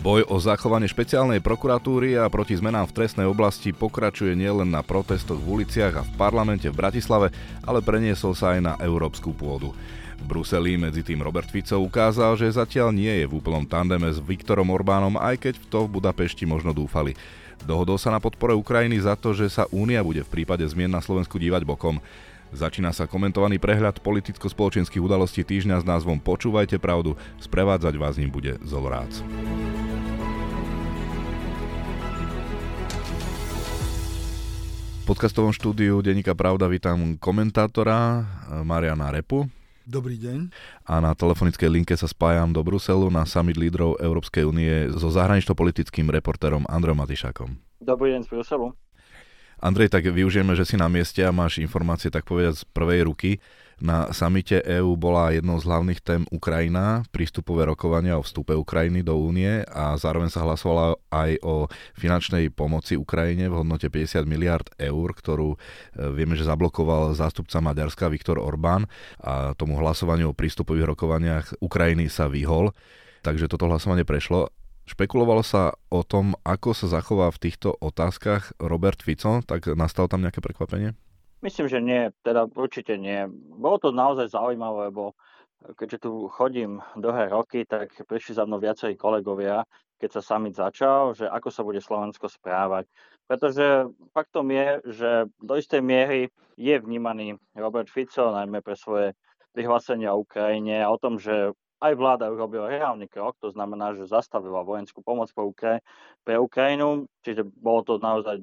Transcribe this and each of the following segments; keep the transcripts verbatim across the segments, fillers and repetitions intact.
Boj o zachovanie špeciálnej prokuratúry a proti zmenám v trestnej oblasti pokračuje nielen na protestoch v uliciach a v parlamente v Bratislave, ale preniesol sa aj na európsku pôdu. V Bruseli medzi tým Robert Fico ukázal, že zatiaľ nie je v úplnom tandeme s Viktorom Orbánom, aj keď v to v Budapešti možno dúfali. Dohodol sa na podpore Ukrajiny za to, že sa Únia bude v prípade zmien na Slovensku dívať bokom. Začína sa komentovaný prehľad politicko-spoločenských udalostí týždňa s názvom Počúvajte pravdu, sprevádzať vás ním bude Zol Rác. V podcastovom štúdiu denníka Pravda vítam komentátora Mariana Repu. Dobrý deň. A na telefonickej linke sa spájam do Bruselu na summit lídrov Európskej únie so zahranično-politickým reportérom Andrejom Matišákom. Dobrý deň z Bruselu. Andrej, tak využijeme, že si na mieste a máš informácie, tak povedať, z prvej ruky. Na samite EÚ bola jednou z hlavných tém Ukrajina, prístupové rokovania o vstupe Ukrajiny do únie a zároveň sa hlasovalo aj o finančnej pomoci Ukrajine v hodnote päťdesiat miliárd eur, ktorú vieme, že zablokoval zástupca Maďarska Viktor Orbán a tomu hlasovaniu o prístupových rokovaniach Ukrajiny sa vyhol, takže toto hlasovanie prešlo. Špekulovalo sa o tom, ako sa zachová v týchto otázkach Robert Fico, tak nastalo tam nejaké prekvapenie? Myslím, že nie, teda určite nie. Bolo to naozaj zaujímavé, lebo keďže tu chodím dlhé roky, tak prišli za mnou viacerí kolegovia, keď sa summit začal, že ako sa bude Slovensko správať. Pretože faktom je, že do istej miery je vnímaný Robert Fico, najmä pre svoje vyhlásenia o Ukrajine a o tom, že aj vláda urobila reálny krok, to znamená, že zastavila vojenskú pomoc pre, Ukra- pre Ukrajinu, čiže bolo to naozaj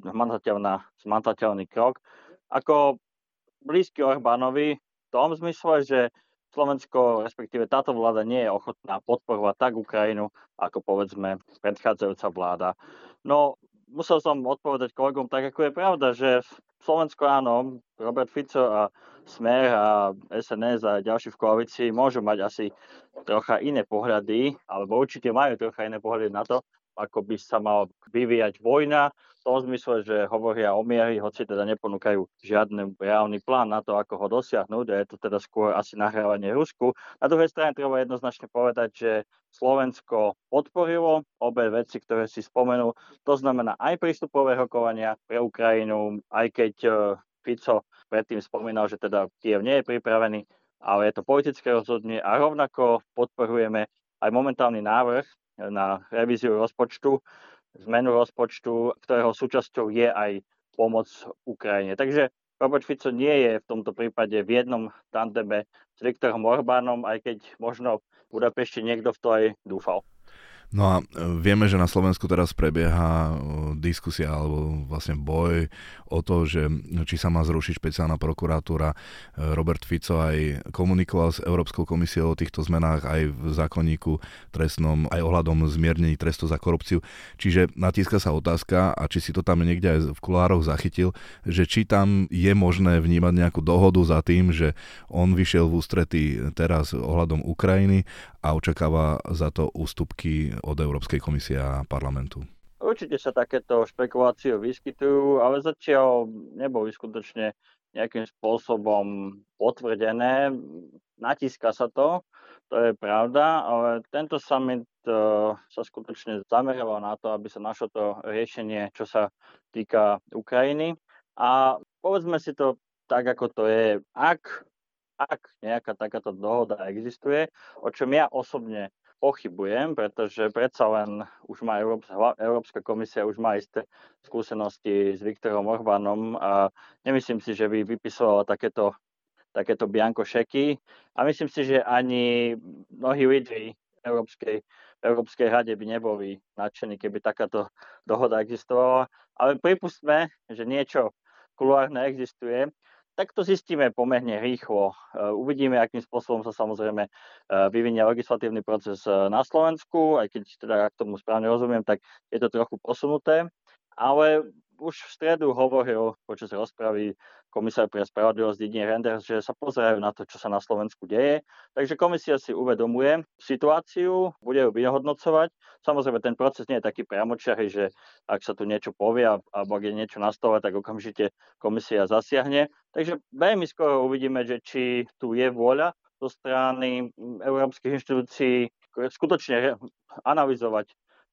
hmatateľný krok. Ako blízky Orbánovi v tom zmysle, že Slovensko, respektíve táto vláda nie je ochotná podporovať tak Ukrajinu, ako povedzme predchádzajúca vláda. No, musel som odpovedať kolegom tak, ako je pravda, že Slovensko áno, Robert Fico a Smer a es en es a ďalší v koalícii môžu mať asi trocha iné pohľady, alebo určite majú trocha iné pohľady na to, ako by sa mal vyvíjať vojna, v tom zmysle, že hovoria o miery, hoci teda neponúkajú žiadny reálny plán na to, ako ho dosiahnuť, a je to teda skôr asi nahrávanie Rusku. Na druhej strane treba jednoznačne povedať, že Slovensko podporilo obe veci, ktoré si spomenul, to znamená aj prístupové rokovania pre Ukrajinu, aj keď Fico predtým spomínal, že teda Kyjev nie je pripravený, ale je to politické rozhodnutie a rovnako podporujeme aj momentálny návrh na revíziu rozpočtu, zmenu rozpočtu, ktorého súčasťou je aj pomoc Ukrajine. Takže Robert Fico nie je v tomto prípade v jednom tandeme s Viktorom Orbánom, aj keď možno v Budapešti niekto v to aj dúfal. No a vieme, že na Slovensku teraz prebieha diskusia alebo vlastne boj o to, že či sa má zrušiť špeciálna prokuratúra. Robert Fico aj komunikoval s Európskou komisiou o týchto zmenách aj v zákonníku trestnom, aj ohľadom zmiernení trestu za korupciu. Čiže natíska sa otázka, a či si to tam niekde aj v kulároch zachytil, že či tam je možné vnímať nejakú dohodu za tým, že on vyšiel v ústretí teraz ohľadom Ukrajiny a očakáva za to ústupky od Európskej komisie a parlamentu. Určite sa takéto špekulácie vyskytujú, ale zatiaľ neboli skutočne nejakým spôsobom potvrdené. Natíska sa to, to je pravda, ale tento summit uh, sa skutočne zameriaval na to, aby sa našlo to riešenie, čo sa týka Ukrajiny. A povedzme si to tak, ako to je. Ak Ak nejaká takáto dohoda existuje, o čom ja osobne pochybujem, pretože predsa len už má Európska, Európska komisia už má isté skúsenosti s Viktorom Orbánom a nemyslím si, že by vypisovala takéto, takéto bianko šeky a myslím si, že ani mnohí lídri Európskej, Európskej rade by neboli nadšení, keby takáto dohoda existovala. Ale pripustme, že niečo kuloárne existuje, tak to zistíme pomerne rýchlo. Uvidíme, akým spôsobom sa samozrejme vyvinie legislatívny proces na Slovensku, aj keď teda, ak tomu správne rozumiem, tak je to trochu posunuté. Ale už v stredu hovoril počas rozpravy komisár pre spravodlivosť Didier Reynders, že sa pozerajú na to, čo sa na Slovensku deje. Takže komisia si uvedomuje situáciu, bude ju vyhodnocovať. Samozrejme, ten proces nie je taký priamočiary, že ak sa tu niečo povie alebo ak je niečo na stole, tak okamžite komisia zasiahne. Takže veľmi skoro uvidíme, že či tu je vôľa zo strany európskych inštitúcií skutočne analyzovať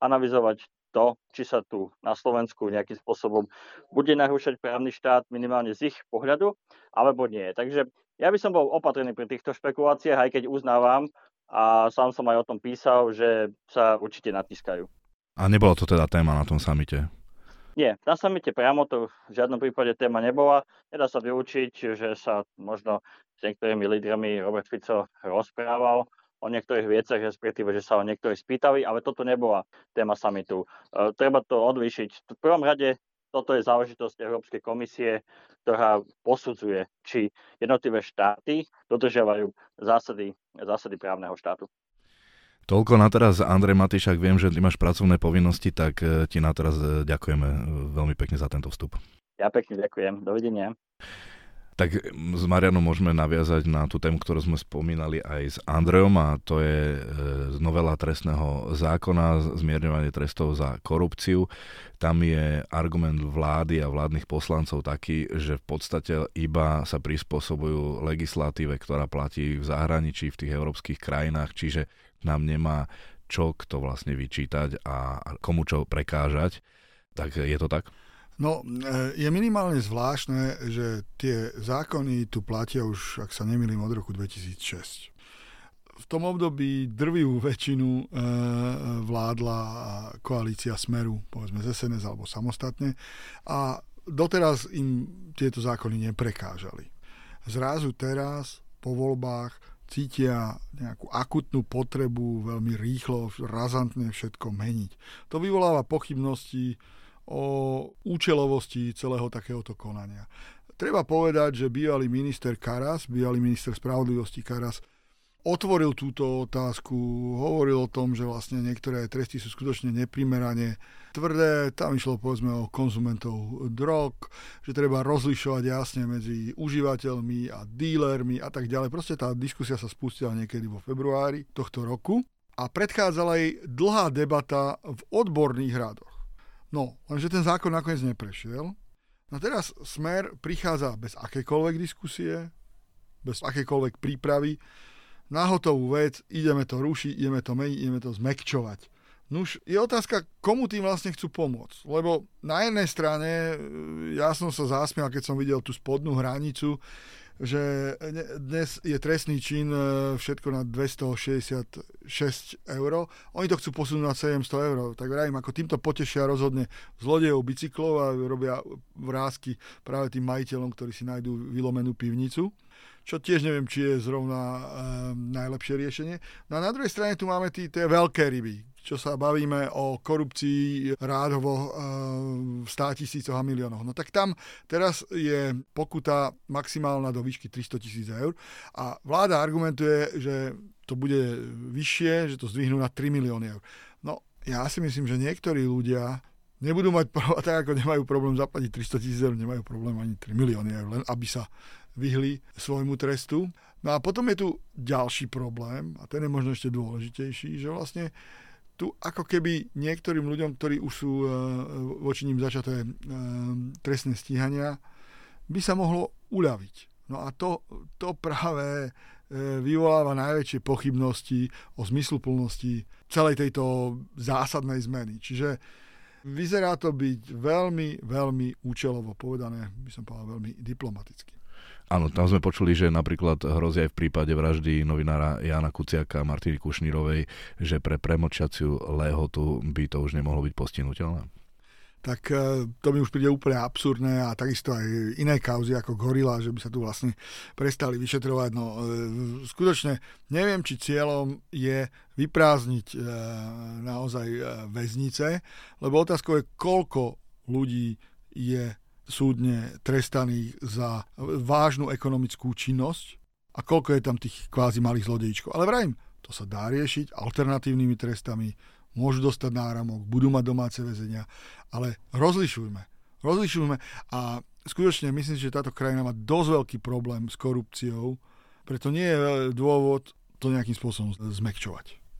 analyzovať to, či sa tu na Slovensku nejakým spôsobom bude narúšať právny štát minimálne z ich pohľadu, alebo nie. Takže ja by som bol opatrný pri týchto špekuláciách, aj keď uznávam, a sám som aj o tom písal, že sa určite natískajú. A nebolo to teda téma na tom samite? Nie, na samite priamo to v žiadnom prípade téma nebola. Nedá sa vylúčiť, že sa možno s niektorými lídrami Robert Fico rozprával o niektorých veciach, respektíve, že sa o niektorých spýtali, ale toto nebola téma samitu. E, treba to odlíšiť. V prvom rade toto je záležitosť Európskej komisie, ktorá posudzuje, či jednotlivé štáty dodržiavajú zásady, zásady právneho štátu. Toľko na teraz, Andrej Matišák, viem, že ty máš pracovné povinnosti, tak ti na teraz ďakujeme veľmi pekne za tento vstup. Ja pekne ďakujem. Dovidenia. Tak s Marianom môžeme naviazať na tú tému, ktorú sme spomínali aj s Andrejom, a to je novela trestného zákona, zmierňovanie trestov za korupciu. Tam je argument vlády a vládnych poslancov taký, že v podstate iba sa prispôsobujú legislatíve, ktorá platí v zahraničí, v tých európskych krajinách, čiže nám nemá čo kto vlastne vyčítať a komu čo prekážať. Tak je to tak? No, je minimálne zvláštne, že tie zákony tu platia už, ak sa nemýlim, od roku dvetisícšesť. V tom období drvivú väčšinu vládla koalícia Smeru, povedzme z es en es alebo samostatne, a doteraz im tieto zákony neprekážali. Zrazu teraz, po voľbách, cítia nejakú akutnú potrebu veľmi rýchlo, razantne všetko meniť. To vyvoláva pochybnosti o účelovosti celého takéhoto konania. Treba povedať, že bývalý minister Karas, bývalý minister spravodlivosti Karas, otvoril túto otázku, hovoril o tom, že vlastne niektoré tresty sú skutočne neprimerane tvrdé, tam išlo povedzme o konzumentov drog, že treba rozlišovať jasne medzi užívateľmi a dílermi a tak ďalej. Proste tá diskusia sa spustila niekedy vo februári tohto roku a predchádzala jej dlhá debata v odborných radoch. No, lenže ten zákon nakoniec neprešiel. No teraz Smer prichádza bez akejkoľvek diskusie, bez akejkoľvek prípravy, na hotovú vec, ideme to rušiť, ideme to meniť, ideme to zmäkčovať. Nuž, je otázka, komu tým vlastne chcú pomôcť. Lebo na jednej strane, ja som sa zásmial, keď som videl tú spodnú hranicu, že dnes je trestný čin všetko na dvestošesťdesiatšesť eur. Oni to chcú posunúť na sedemsto eur. Tak vravím, ako týmto potešia rozhodne zlodejov bicyklov a robia vrásky práve tým majiteľom, ktorí si nájdú vylomenú pivnicu. Čo tiež neviem, či je zrovna e, najlepšie riešenie. No a na druhej strane tu máme tí, tie veľké ryby, čo sa bavíme o korupcii rádovo e, v státisícoch a miliónoch. No tak tam teraz je pokuta maximálna do výšky tristotisíc eur a vláda argumentuje, že to bude vyššie, že to zdvihnú na tri milióny eur. No ja si myslím, že niektorí ľudia nebudú mať, tak ako nemajú problém zaplatiť tristotisíc eur, nemajú problém ani tri milióny eur, len aby sa vyhli svojmu trestu. No a potom je tu ďalší problém, a ten je možno ešte dôležitejší, že vlastne tu ako keby niektorým ľuďom, ktorí už sú voči ním začaté trestné stíhania, by sa mohlo uľaviť. No a to, to práve vyvoláva najväčšie pochybnosti o zmysluplnosti celej tejto zásadnej zmeny. Čiže vyzerá to byť veľmi, veľmi účelovo povedané, by som povedal veľmi diplomaticky. Áno, tam sme počuli, že napríklad hrozí aj v prípade vraždy novinára Jána Kuciaka a Martiny Kušnírovej, že pre premlčaciu lehotu by to už nemohlo byť postihnuteľné. Tak to mi už príde úplne absurdné a takisto aj iné kauzy ako Gorila, že by sa tu vlastne prestali vyšetrovať. No, skutočne neviem, či cieľom je vyprázdniť naozaj väznice, lebo otázkou je, koľko ľudí je súdne trestaných za vážnu ekonomickú činnosť a koľko je tam tých kvázi malých zlodejčkov. Ale vrajím, to sa dá riešiť alternatívnymi trestami, môžu dostať náramok, budú mať domáce väzenia, ale rozlišujme. Rozlišujme a skutočne myslím, že táto krajina má dosť veľký problém s korupciou, preto nie je dôvod to nejakým spôsobom zmäkčovať.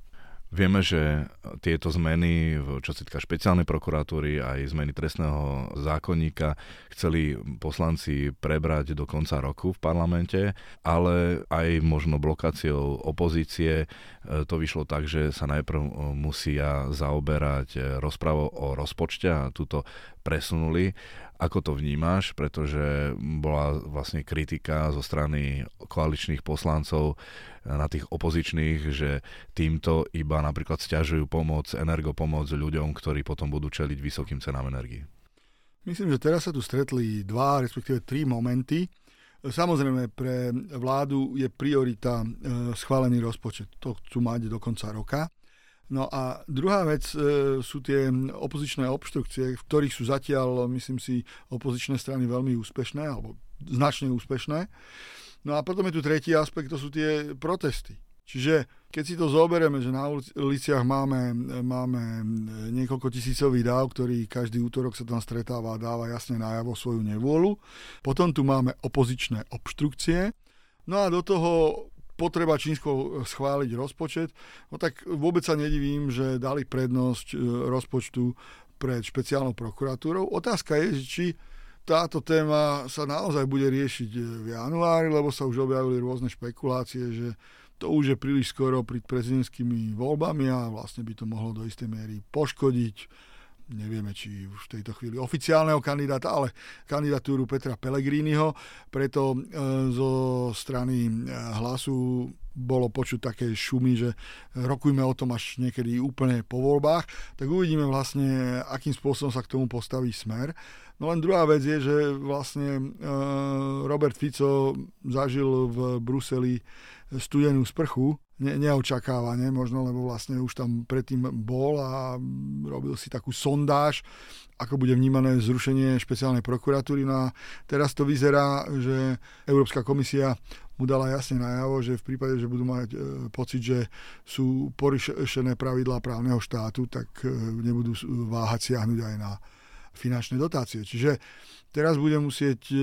Vieme, že tieto zmeny, čo sa týka špeciálnej prokuratúry aj zmeny trestného zákonníka, chceli poslanci prebrať do konca roku v parlamente, ale aj možno blokáciou opozície to vyšlo tak, že sa najprv musia zaoberať rozprávou o rozpočte a túto presunuli. Ako to vnímaš? Pretože bola vlastne kritika zo strany koaličných poslancov na tých opozičných, že týmto iba napríklad sťažujú pomoc, energopomoc ľuďom, ktorí potom budú čeliť vysokým cenám energií. Myslím, že teraz sa tu stretli dva, respektíve tri momenty. Samozrejme, pre vládu je priorita schválený rozpočet. To chcú mať do konca roka. No a druhá vec e, sú tie opozičné obštrukcie, v ktorých sú zatiaľ, myslím si, opozičné strany veľmi úspešné, alebo značne úspešné. No a potom je tu tretí aspekt, to sú tie protesty. Čiže keď si to zoberieme, že na uliciach máme, máme niekoľko tisícový dáv, ktorý každý útorok sa tam stretáva a dáva jasne najavo svoju nevôľu. Potom tu máme opozičné obštrukcie. No a do toho potreba čínsko schváliť rozpočet, no tak vôbec sa nedivím, že dali prednosť rozpočtu pred špeciálnou prokuratúrou. Otázka je, či táto téma sa naozaj bude riešiť v januári, lebo sa už objavili rôzne špekulácie, že to už je príliš skoro pred prezidentskými voľbami a vlastne by to mohlo do istej miery poškodiť, nevieme, či už v tejto chvíli oficiálneho kandidáta, ale kandidatúru Petra Pellegriniho. Preto e, zo strany Hlasu bolo počuť také šumy, že rokujme o tom až niekedy úplne po voľbách. Tak uvidíme vlastne, akým spôsobom sa k tomu postaví Smer. No len druhá vec je, že vlastne e, Robert Fico zažil v Bruseli studenú sprchu, ne, neočakávane možno, lebo vlastne už tam predtým bol a robil si takú sondáž, ako bude vnímané zrušenie špeciálnej prokuratúry. No a teraz to vyzerá, že Európska komisia mu dala jasne najavo, že v prípade, že budú mať e, pocit, že sú porušené pravidlá právneho štátu, tak e, nebudú váhať siahnuť aj na finančné dotácie. Čiže teraz bude musieť e,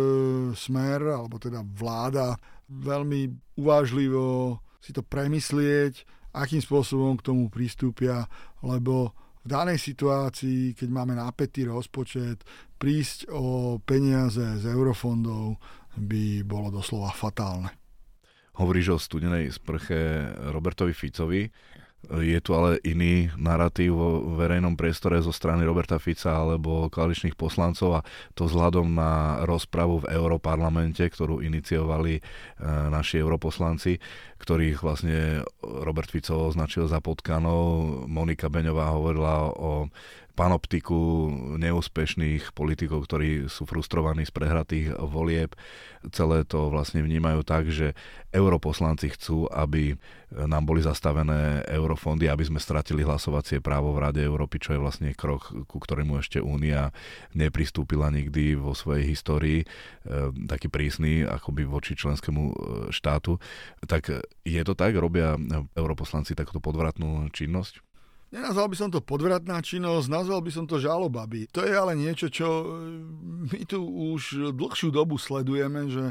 Smer, alebo teda vláda, veľmi uvážlivo si to premyslieť, akým spôsobom k tomu pristúpia, lebo v danej situácii, keď máme napätý rozpočet, prísť o peniaze z eurofondov by bolo doslova fatálne. Hovoríš o studenej sprche Robertovi Ficovi. Je tu ale iný narratív vo verejnom priestore zo strany Roberta Fica alebo koaličných poslancov a to vzhľadom na rozpravu v Europarlamente, ktorú iniciovali e, naši europoslanci, ktorých vlastne Robert Fico označil za potkanov. Monika Beňová hovorila o panoptiku neúspešných politikov, ktorí sú frustrovaní z prehratých volieb. Celé to vlastne vnímajú tak, že europoslanci chcú, aby nám boli zastavené eurofondy, aby sme stratili hlasovacie právo v Rade Európy, čo je vlastne krok, ku ktorému ešte Únia nepristúpila nikdy vo svojej histórii, e, taký prísny, akoby voči členskému štátu. Tak je to tak? Robia europoslanci takúto podvratnú činnosť? Nenazval by som to podvratná činnosť, nazval by som to žalobaby. To je ale niečo, čo my tu už dlhšiu dobu sledujeme, že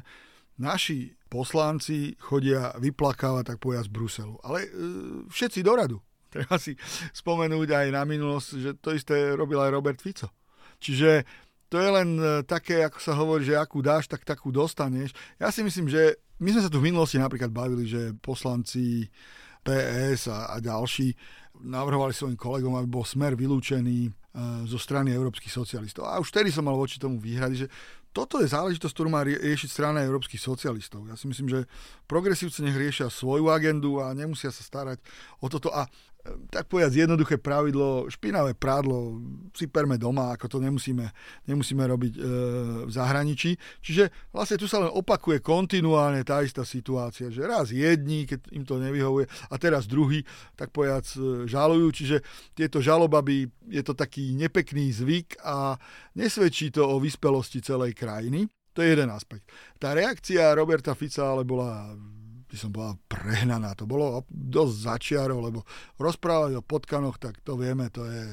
naši poslanci chodia vyplakávať, tak povedať, z Bruselu. Ale e, všetci do radu. Treba si spomenúť aj na minulosť, že to isté robil aj Robert Fico. Čiže to je len také, ako sa hovorí, že akú dáš, tak takú dostaneš. Ja si myslím, že my sme sa tu v minulosti napríklad bavili, že poslanci pé es a, a ďalší navrhovali svojim kolegom, aby bol Smer vylúčený e, zo strany európskych socialistov. A už vtedy som mal voči tomu výhrady, že toto je záležitosť, ktorú má riešiť strana európskych socialistov. Ja si myslím, že progresívci nech riešia svoju agendu a nemusia sa starať o toto. A tak povedať jednoduché pravidlo, špinavé prádlo si perme doma, ako to nemusíme, nemusíme robiť e, v zahraničí. Čiže vlastne tu sa len opakuje kontinuálne tá istá situácia, že raz jedni, keď im to nevyhovuje, a teraz druhý, tak povedať, žalujú. Čiže tieto žalobaby, je to taký nepekný zvyk a nesvedčí to o vyspelosti celej krajiny. To je jeden aspekt. Tá reakcia Roberta Fica ale bola, by som bola prehnaná. To bolo dosť začiarov, lebo rozprávať o potkanoch, tak to vieme, to je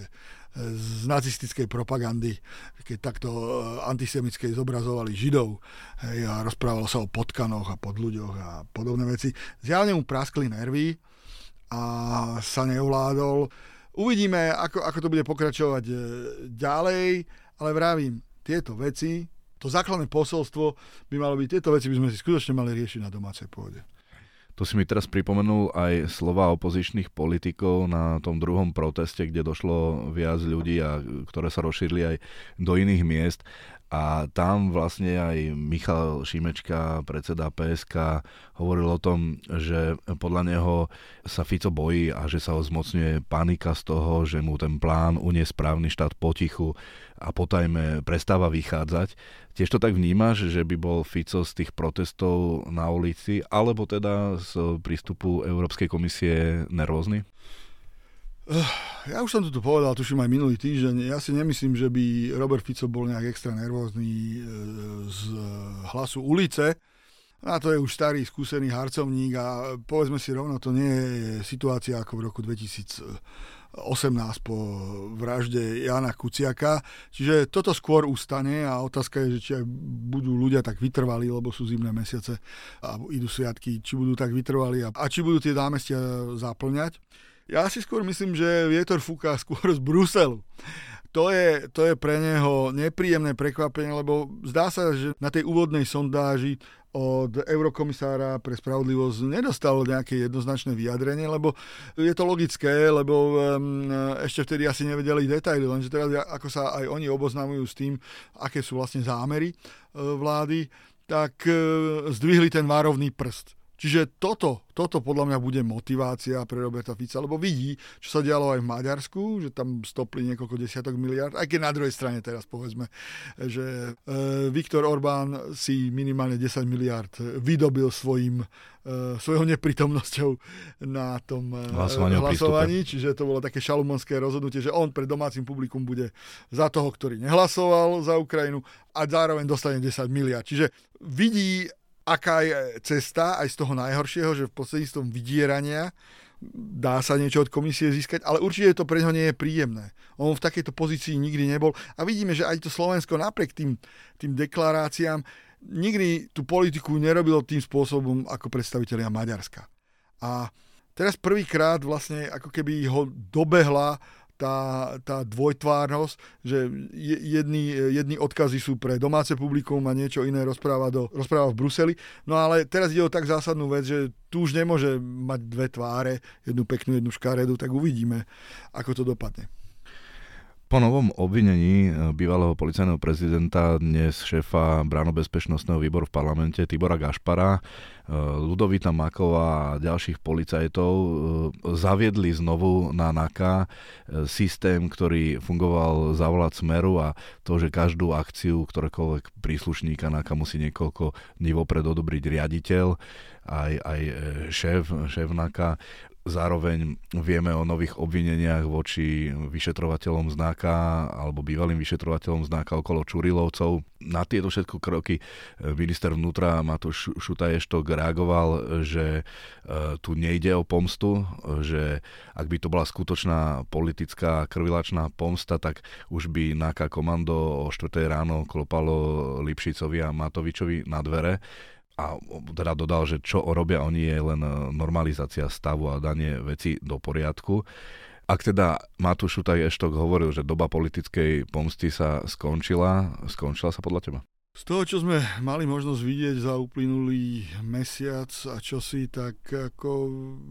z nacistickej propagandy, keď takto antisemickej zobrazovali Židov, hej, a rozprávalo sa o potkanoch a podľuďoch a podobné veci. Zjavne mu praskli nervy a sa neovládol. Uvidíme, ako, ako to bude pokračovať ďalej, ale vravím, tieto veci, to základné posolstvo by malo byť, tieto veci by sme si skutočne mali riešiť na domácej pôde. To si mi teraz pripomenul aj slova opozičných politikov na tom druhom proteste, kde došlo viac ľudí, a ktoré sa rozšírili aj do iných miest. A tam vlastne aj Michal Šimečka, predseda pé es ká, hovoril o tom, že podľa neho sa Fico bojí a že sa ho zmocňuje panika z toho, že mu ten plán uniesť správny štát potichu a potajme prestáva vychádzať. Tiež to tak vnímaš, že by bol Fico z tých protestov na ulici, alebo teda z prístupu Európskej komisie nervózny? Ja už som to tu povedal, tuším aj minulý týždeň. Ja si nemyslím, že by Robert Fico bol nejak extra nervózny z hlasu ulice. A to je už starý, skúsený harcovník a povedzme si rovno, to nie je situácia ako v roku dvetisícosemnásť po vražde Jána Kuciaka. Čiže toto skôr ustane a otázka je, že či aj budú ľudia tak vytrvalí, lebo sú zimné mesiace a idú sviatky, či budú tak vytrvalí a, a či budú tie námestia zaplňať. Ja si skôr myslím, že vietor fúka skôr z Bruselu. To je, to je pre neho nepríjemné prekvapenie, lebo zdá sa, že na tej úvodnej sondáži od eurokomisára pre spravodlivosť nedostal nejaké jednoznačné vyjadrenie, lebo je to logické, lebo um, ešte vtedy asi nevedeli detaily, lenže teraz ako sa aj oni oboznamujú s tým, aké sú vlastne zámery uh, vlády, tak uh, zdvihli ten varovný prst. Čiže toto, toto podľa mňa bude motivácia pre Roberta Fica, lebo vidí, čo sa dialo aj v Maďarsku, že tam stopli niekoľko desiatok miliárd, aj keď na druhej strane teraz povedzme, že e, Viktor Orbán si minimálne desať miliárd vydobil svojim, e, svojou neprítomnosťou na tom e, hlasovaní, čiže to bolo také šalumonské rozhodnutie, že on pred domácim publikum bude za toho, ktorý nehlasoval za Ukrajinu a zároveň dostane desať miliárd. Čiže vidí, aká je cesta aj z toho najhoršieho, že v prostredníctvom vydierania dá sa niečo od komisie získať, ale určite to pre neho nie je príjemné. On v takejto pozícii nikdy nebol a vidíme, že aj to Slovensko napriek tým, tým deklaráciám nikdy tú politiku nerobilo tým spôsobom ako predstavitelia Maďarska. A teraz prvýkrát vlastne ako keby ho dobehla tá, tá dvojtvárnosť, že jedni, jedni odkazy sú pre domáce publikum a niečo iné rozpráva, do, rozpráva v Bruseli. No ale teraz ide o tak zásadnú vec, že tu už nemôže mať dve tváre, jednu peknú, jednu škaredú, tak uvidíme, ako to dopadne. Po novom obvinení bývalého policajného prezidenta, dnes šéfa branno-bezpečnostného výboru v parlamente Tibora Gašpara, Ľudovita Máková a ďalších policajtov zaviedli znovu na NAKA systém, ktorý fungoval za vlád Smeru, a to, že každú akciu ktorékoľvek príslušníka NAKA musí niekoľko dní vopred odobriť riaditeľ, aj, aj šéf, šéf NAKA. Zároveň vieme o nových obvineniach voči vyšetrovateľom z NAKA alebo bývalým vyšetrovateľom z NAKA okolo Čurilovcov. Na tieto všetko kroky minister vnútra Matúš Šutaj-Eštok reagoval, že tu nejde o pomstu, že ak by to bola skutočná politická krvilačná pomsta, tak už by NAKA komando o štvrtej ráno klopalo Lipšicovi a Matovičovi na dvere. A teda dodal, že čo robia oni je len normalizácia stavu a danie veci do poriadku. Ak teda Matúš Šutaj-Eštok hovoril, že doba politickej pomsty sa skončila, skončila sa podľa teba? Z toho, čo sme mali možnosť vidieť za uplynulý mesiac a čosi, tak ako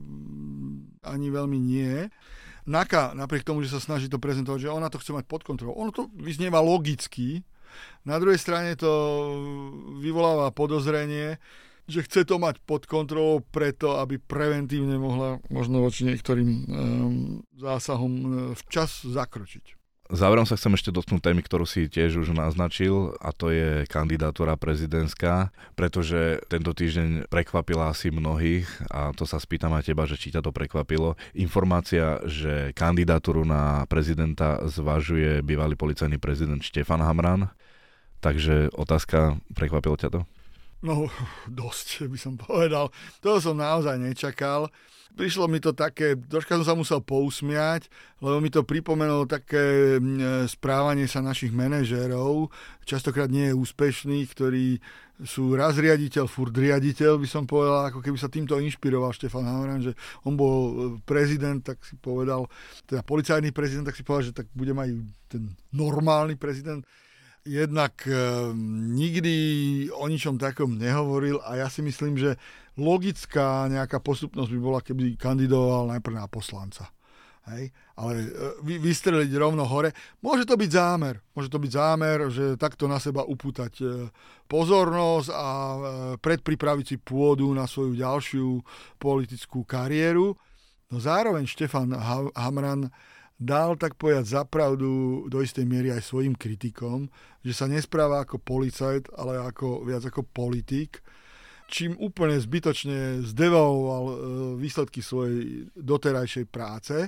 ani veľmi nie. NAKA, napriek tomu, že sa snaží to prezentovať, že ona to chce mať pod kontrolou, ono to vyznieva logicky. Na druhej strane to vyvoláva podozrenie, že chce to mať pod kontrolou preto, aby preventívne mohla možno voči niektorým um, zásahom včas zakročiť. Záverom sa chcem ešte dotknúť témy, ktorú si tiež už naznačil, a to je kandidatúra prezidentská, pretože tento týždeň prekvapila asi mnohých, a to sa spýtam aj teba, že či ťa to prekvapilo. Informácia, že kandidatúru na prezidenta zvažuje bývalý policajný prezident Štefan Hamran. Takže otázka, prekvapilo ťa to? No, dosť, by som povedal. To som naozaj nečakal. Prišlo mi to také, troška som sa musel pousmiať, lebo mi to pripomenulo také správanie sa našich manažérov, častokrát nie je úspešných, ktorí sú raz riaditeľ, furt riaditeľ, by som povedal, ako keby sa týmto inšpiroval Štefan Hamran, že on bol prezident, tak si povedal, teda policajný prezident, tak si povedal, že tak bude mať ten normálny prezident. Jednak e, nikdy o ničom takom nehovoril a ja si myslím, že logická nejaká postupnosť by bola, keby kandidoval najprv na poslanca. Hej? Ale e, vy, vystreliť rovno hore. Môže to byť zámer. Môže to byť zámer, že takto na seba upútať e, pozornosť a e, predpripraviť si pôdu na svoju ďalšiu politickú kariéru. No zároveň Štefan ha- Hamran dal, tak povedať, zapravdu do istej miery aj svojim kritikom, že sa nespráva ako policajt, ale ako, viac ako politik, čím úplne zbytočne zdevalvoval výsledky svojej doterajšej práce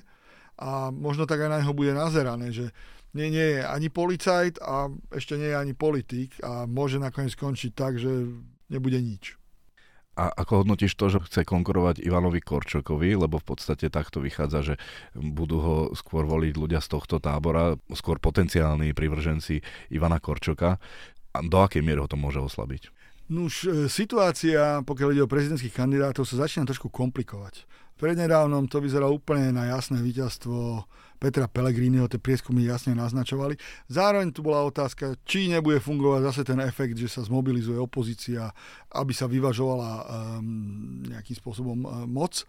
a možno tak aj na neho bude nazerané, že nie, nie je ani policajt a ešte nie je ani politik a môže nakoniec skončiť tak, že nebude nič. A ako hodnotíš to, že chce konkurovať Ivanovi Korčokovi, lebo v podstate takto vychádza, že budú ho skôr voliť ľudia z tohto tábora, skôr potenciálni privrženci Ivana Korčoka. A do akej miery ho to môže oslabiť? Nuž, situácia, pokiaľ ide o prezidentských kandidátov, sa začína trošku komplikovať. Prednedávnom to vyzeralo úplne na jasné víťazstvo Petra Pellegriniho, tie prieskumy jasne naznačovali. Zároveň tu bola otázka, či nebude fungovať zase ten efekt, že sa zmobilizuje opozícia, aby sa vyvažovala um, nejakým spôsobom um, moc,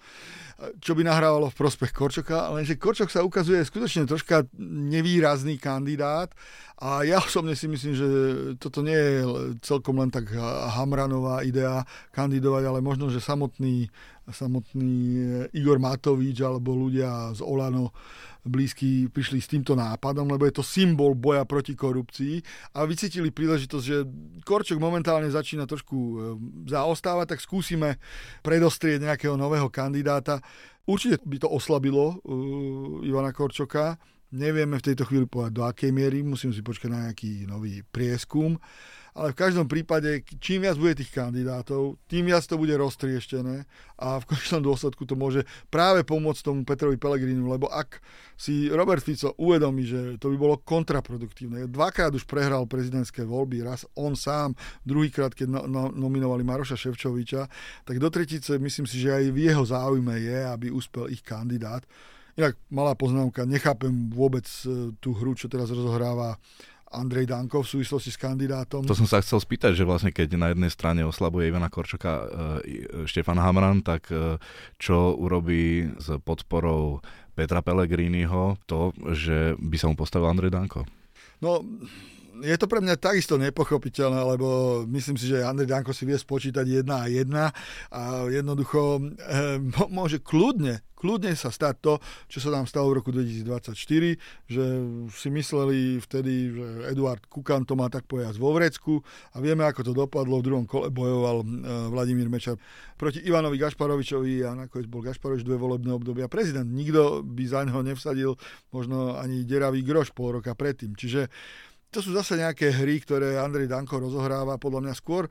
čo by nahrávalo v prospech Korčoka, lenže Korčok sa ukazuje skutočne troška nevýrazný kandidát a ja osobne si myslím, že toto nie je celkom len tak Hamranová idea kandidovať, ale možno, že samotný, samotný Igor Matovič alebo ľudia z Olano blízky prišli s týmto nápadom, lebo je to symbol boja proti korupcii a vycítili príležitosť, že Korčok momentálne začína trošku zaostávať, tak skúsime predostrieť nejakého nového kandidáta. Určite by to oslabilo uh, Ivana Korčoka. Nevieme v tejto chvíli povedať do akej miery, musím si počkať na nejaký nový prieskum. Ale v každom prípade, čím viac bude tých kandidátov, tým viac to bude roztrieštené a v konečnom dôsledku to môže práve pomôcť tomu Petrovi Pellegrinimu, lebo ak si Robert Fico uvedomí, že to by bolo kontraproduktívne. Dvakrát už prehral prezidentské voľby, raz on sám, druhýkrát, keď no, no, nominovali Maroša Šefčoviča, tak do tretice myslím si, že aj v jeho záujme je, aby uspel ich kandidát. Inak malá poznámka, nechápem vôbec tú hru, čo teraz rozohráva Andrej Danko v súvislosti s kandidátom. To som sa chcel spýtať, že vlastne keď na jednej strane oslabuje Ivana Korčoka e, Štefan Hamran, tak e, čo urobí s podporou Petra Pellegriniho to, že by sa mu postavil Andrej Danko? No, je to pre mňa takisto nepochopiteľné, lebo myslím si, že Andrej Danko si vie spočítať jedna a jedna a jednoducho e, môže kľudne Kľudne sa stať to, čo sa nám stalo v roku dvetisícdvadsaťštyri, že si mysleli vtedy, že Eduard Kukan to má tak povedať vo vrecku a vieme, ako to dopadlo. V druhom kole bojoval Vladimír Mečar proti Ivanovi Gašparovičovi a nakoniec bol Gašparovič dve volebné obdobia prezident. Nikto by za neho nevsadil možno ani deravý groš pol roka predtým. Čiže to sú zase nejaké hry, ktoré Andrej Danko rozohráva podľa mňa skôr.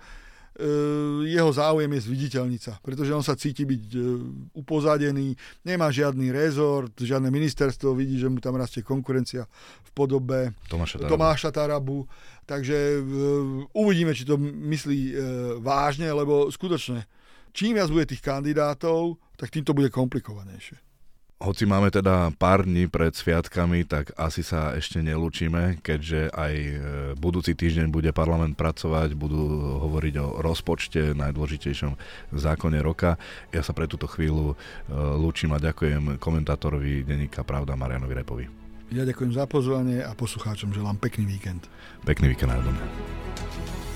Jeho záujem je zviditeľniť sa, pretože on sa cíti byť upozadený, nemá žiadny rezort, žiadne ministerstvo, vidí, že mu tam rastie konkurencia v podobe Tomáša Tarabu. Tomáša Tarabu. Takže uvidíme, či to myslí vážne, lebo skutočne, čím viac bude tých kandidátov, tak tým to bude komplikovanejšie. Hoci máme teda pár dní pred sviatkami, tak asi sa ešte nelúčime, keďže aj budúci týždeň bude parlament pracovať, budú hovoriť o rozpočte, najdôležitejšom zákone roka. Ja sa pre túto chvíľu lúčim a ďakujem komentátorovi denníka Pravda Marianovi Repovi. Ja ďakujem za pozvanie a poslucháčom želám pekný víkend. Pekný víkend aj do mňa.